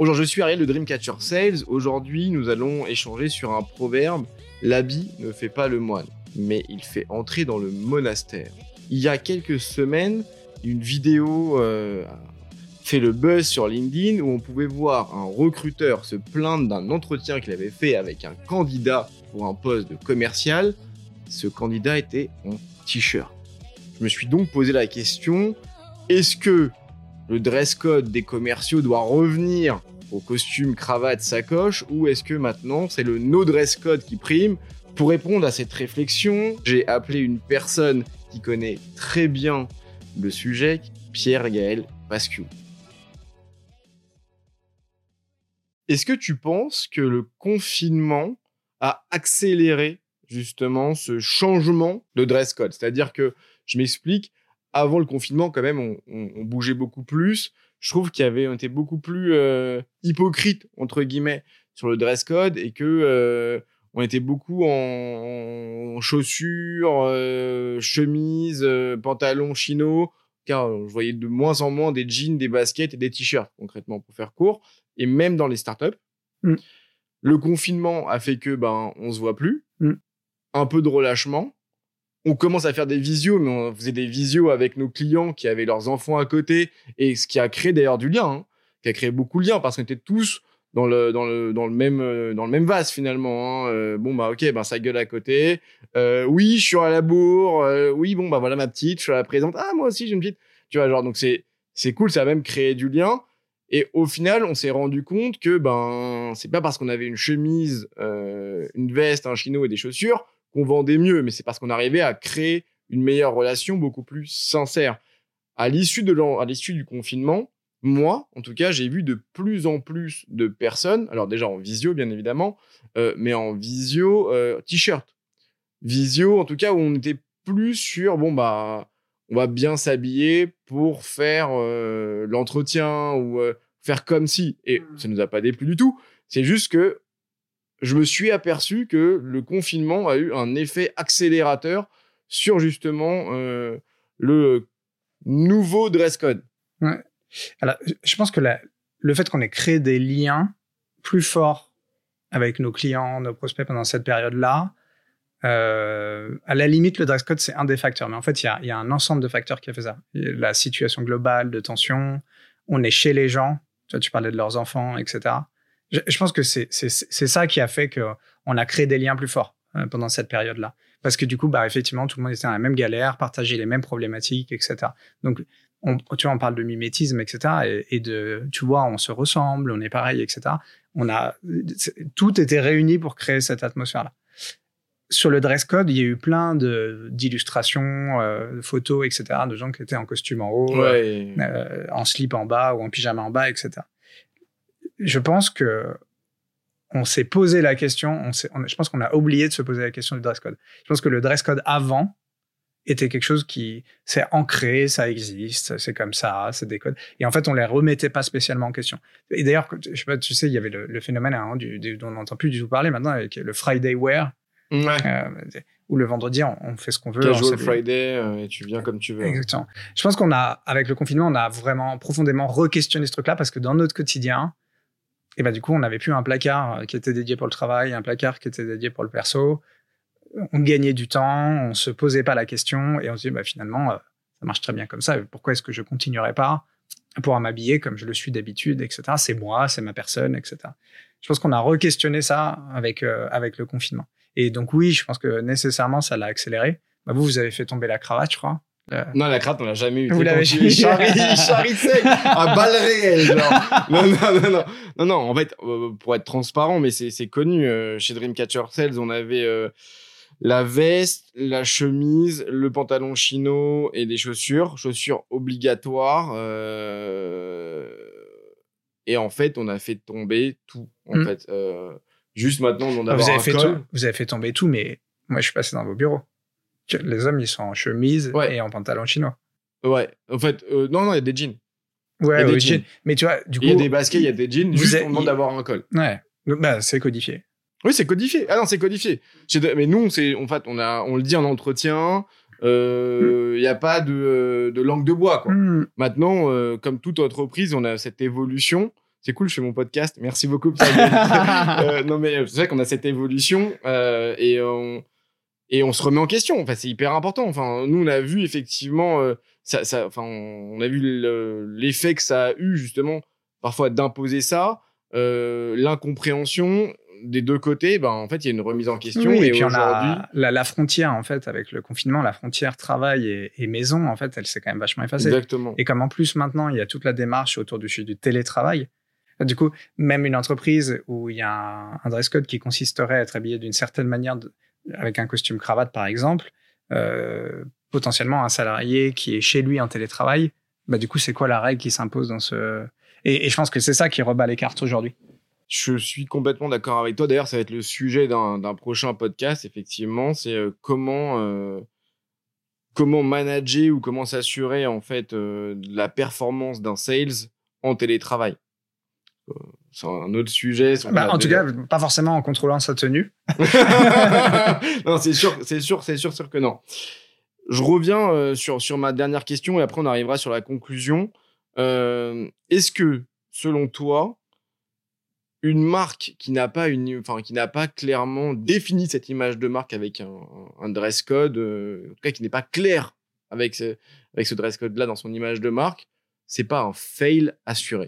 Bonjour, je suis Ariel de Dreamcatcher Sales. Aujourd'hui, nous allons échanger sur un proverbe. L'habit ne fait pas le moine, mais il fait entrer dans le monastère. Il y a quelques semaines, une vidéo fait le buzz sur LinkedIn où on pouvait voir un recruteur se plaindre d'un entretien qu'il avait fait avec un candidat pour un poste de commercial. Ce candidat était en t-shirt. Je me suis donc posé la question, est-ce que le dress code des commerciaux doit revenir au costume, cravate, sacoche, ou est-ce que maintenant c'est le no dress code qui prime? Pour répondre à cette réflexion, j'ai appelé une personne qui connaît très bien le sujet, Pierre-Gaël Pasquiou. Est-ce que tu penses que le confinement a accéléré justement ce changement de dress code? C'est-à-dire que, je m'explique, avant le confinement, quand même, on bougeait beaucoup plus. Je trouve on était beaucoup plus hypocrite, entre guillemets, sur le dress code et que on était beaucoup en chaussures, chemises, pantalons chino, car je voyais de moins en moins des jeans, des baskets et des t-shirts, concrètement, pour faire court. Et même dans les startups, le confinement a fait que on se voit plus, un peu de relâchement. On commence à faire des visios, mais on faisait des visios avec nos clients qui avaient leurs enfants à côté, et ce qui a créé d'ailleurs du lien, qui a créé beaucoup de liens parce qu'on était tous dans le même vase finalement. Ça gueule à côté. Oui, je suis à la bourre. Oui, voilà ma petite, je suis à la présente. Ah, moi aussi j'ai une petite. Tu vois, genre donc c'est cool, ça a même créé du lien. Et au final, on s'est rendu compte que c'est pas parce qu'on avait une chemise, une veste, un chino et des chaussures qu'on vendait mieux, mais c'est parce qu'on arrivait à créer une meilleure relation beaucoup plus sincère. À l'issue du confinement, moi, en tout cas, j'ai vu de plus en plus de personnes, alors déjà en visio, bien évidemment, mais en visio t-shirt. Visio, en tout cas, où on était plus sur, on va bien s'habiller pour faire l'entretien ou faire comme si. Et ça nous a pas déplu du tout. C'est juste que je me suis aperçu que le confinement a eu un effet accélérateur sur justement le nouveau dress code. Ouais. Alors, je pense que le fait qu'on ait créé des liens plus forts avec nos clients, nos prospects pendant cette période-là, à la limite, le dress code, c'est un des facteurs. Mais en fait, il y a un ensemble de facteurs qui a fait ça. La situation globale de tension, on est chez les gens, tu parlais de leurs enfants, etc. Je pense que c'est ça qui a fait qu'on a créé des liens plus forts pendant cette période-là. Parce que du coup, effectivement, tout le monde était dans la même galère, partageait les mêmes problématiques, etc. Donc, on parle de mimétisme, etc. Et tu vois, on se ressemble, on est pareil, etc. Tout était réuni pour créer cette atmosphère-là. Sur le dress code, il y a eu plein d'illustrations, de photos, etc. de gens qui étaient en costume en haut, en slip en bas ou en pyjama en bas, etc. Je pense que on s'est posé la question, je pense qu'on a oublié de se poser la question du dress code. Je pense que le dress code avant était quelque chose qui s'est ancré, ça existe, c'est comme ça, c'est des codes. Et en fait, on les remettait pas spécialement en question. Et d'ailleurs, je sais pas, tu sais, il y avait le phénomène dont on n'entend plus du tout parler maintenant, avec le Friday Wear. Où le vendredi, on fait ce qu'on veut. Casual Friday, et tu viens comme tu veux. Exactement. Je pense avec le confinement, on a vraiment profondément re-questionné ce truc-là parce que dans notre quotidien, et du coup, on n'avait plus un placard qui était dédié pour le travail, un placard qui était dédié pour le perso. On gagnait du temps, on se posait pas la question et on se dit, finalement, ça marche très bien comme ça. Pourquoi est-ce que je continuerais pas pour m'habiller comme je le suis d'habitude, etc. C'est moi, c'est ma personne, etc. Je pense qu'on a re-questionné ça avec le confinement. Et donc oui, je pense que nécessairement, ça l'a accéléré. Vous avez fait tomber la cravate, je crois. Non, la cravate, on l'a jamais eu. Vous l'avez jamais eu. Charrie sec, à balles réelles, genre. Non. En fait, pour être transparent, mais c'est connu. Chez Dreamcatcher Sales, on avait la veste, la chemise, le pantalon chino et des chaussures obligatoires. Et en fait, on a fait tomber tout. En fait, juste maintenant, on a un col. Vous avez fait tomber tout, mais moi, je suis passé dans vos bureaux. Les hommes, ils sont en chemise et en pantalon chinois. Ouais. En fait, non, il y a des jeans. Ouais, des jeans. Mais tu vois, du coup. Il y a des baskets, il y a des jeans. Juste, on demande d'avoir un col. Ouais. C'est codifié. Oui, c'est codifié. Ah non, c'est codifié. Mais nous, en fait, on le dit en entretien. Il y a pas de langue de bois, quoi. Maintenant, comme toute entreprise, on a cette évolution. c'est cool, je fais mon podcast. Merci beaucoup pour ça. Non, mais c'est vrai qu'on a cette évolution et on se remet en question. Enfin, c'est hyper important. Enfin, nous, on a vu effectivement, on a vu l'effet que ça a eu justement parfois d'imposer ça, l'incompréhension des deux côtés. Ben, en fait, il y a une remise en question. Oui, et puis aujourd'hui, on a la frontière en fait avec le confinement, la frontière travail et maison, en fait, elle s'est quand même vachement effacée. exactement. Et comme en plus maintenant, il y a toute la démarche autour du télétravail. Du coup, même une entreprise où il y a un dress code qui consisterait à être habillé d'une certaine manière, avec un costume cravate par exemple, potentiellement un salarié qui est chez lui en télétravail, bah du coup, c'est quoi la règle qui s'impose dans ce... Et je pense que c'est ça qui rebat les cartes aujourd'hui. Je suis complètement d'accord avec toi. D'ailleurs, ça va être le sujet d'un prochain podcast, effectivement. C'est comment manager ou comment s'assurer en fait de la performance d'un sales en télétravail. C'est un autre sujet. En tout cas, pas forcément en contrôlant sa tenue. Non, c'est sûr que non. Je reviens sur ma dernière question et après on arrivera sur la conclusion. Est-ce que, selon toi, une marque qui n'a pas clairement défini cette image de marque avec un dress code, en tout cas qui n'est pas clair avec ce dress code-là dans son image de marque, c'est pas un fail assuré?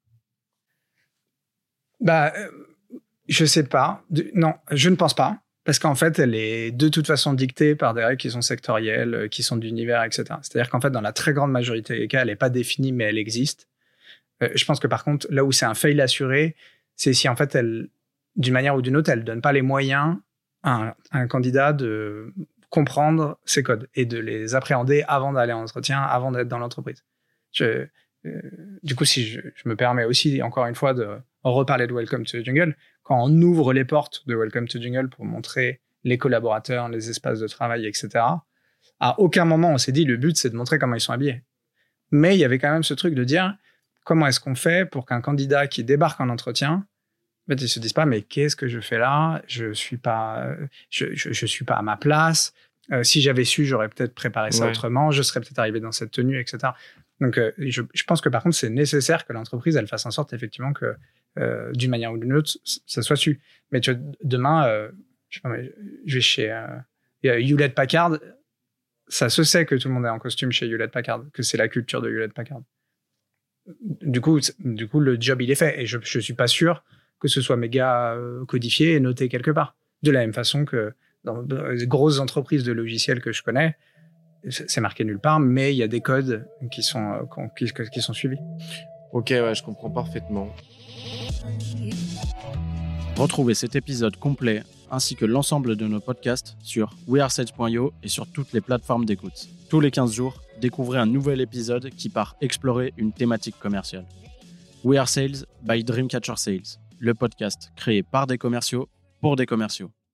Je sais pas. Non, je ne pense pas. Parce qu'en fait, elle est de toute façon dictée par des règles qui sont sectorielles, qui sont d'univers, etc. C'est-à-dire qu'en fait, dans la très grande majorité des cas, elle n'est pas définie, mais elle existe. Je pense que par contre, là où c'est un fail assuré, c'est si en fait, elle, d'une manière ou d'une autre, elle donne pas les moyens à un candidat de comprendre ces codes et de les appréhender avant d'aller en entretien, avant d'être dans l'entreprise. Du coup, si je me permets aussi, encore une fois, de reparler de Welcome to the Jungle, quand on ouvre les portes de Welcome to the Jungle pour montrer les collaborateurs, les espaces de travail, etc., à aucun moment on s'est dit le but c'est de montrer comment ils sont habillés. Mais il y avait quand même ce truc de dire comment est-ce qu'on fait pour qu'un candidat qui débarque en entretien, en fait, il se dise pas mais qu'est-ce que je fais là ? Je suis pas à ma place. Si j'avais su, j'aurais peut-être préparé ça autrement. Je serais peut-être arrivé dans cette tenue, etc. Donc, je pense que par contre, c'est nécessaire que l'entreprise, elle fasse en sorte effectivement que, d'une manière ou d'une autre, ça soit su. Mais tu vois, demain, je vais chez Hewlett Packard. Ça se sait que tout le monde est en costume chez Hewlett Packard, que c'est la culture de Hewlett Packard. Du coup, le job, il est fait. Et je suis pas sûr que ce soit méga codifié et noté quelque part. De la même façon que dans les grosses entreprises de logiciels que je connais, c'est marqué nulle part, mais il y a des codes qui sont suivis. Ok, ouais, je comprends parfaitement. Retrouvez cet épisode complet ainsi que l'ensemble de nos podcasts sur wearesales.io et sur toutes les plateformes d'écoute. Tous les 15 jours, découvrez un nouvel épisode qui part explorer une thématique commerciale. We Are Sales by Dreamcatcher Sales, le podcast créé par des commerciaux pour des commerciaux.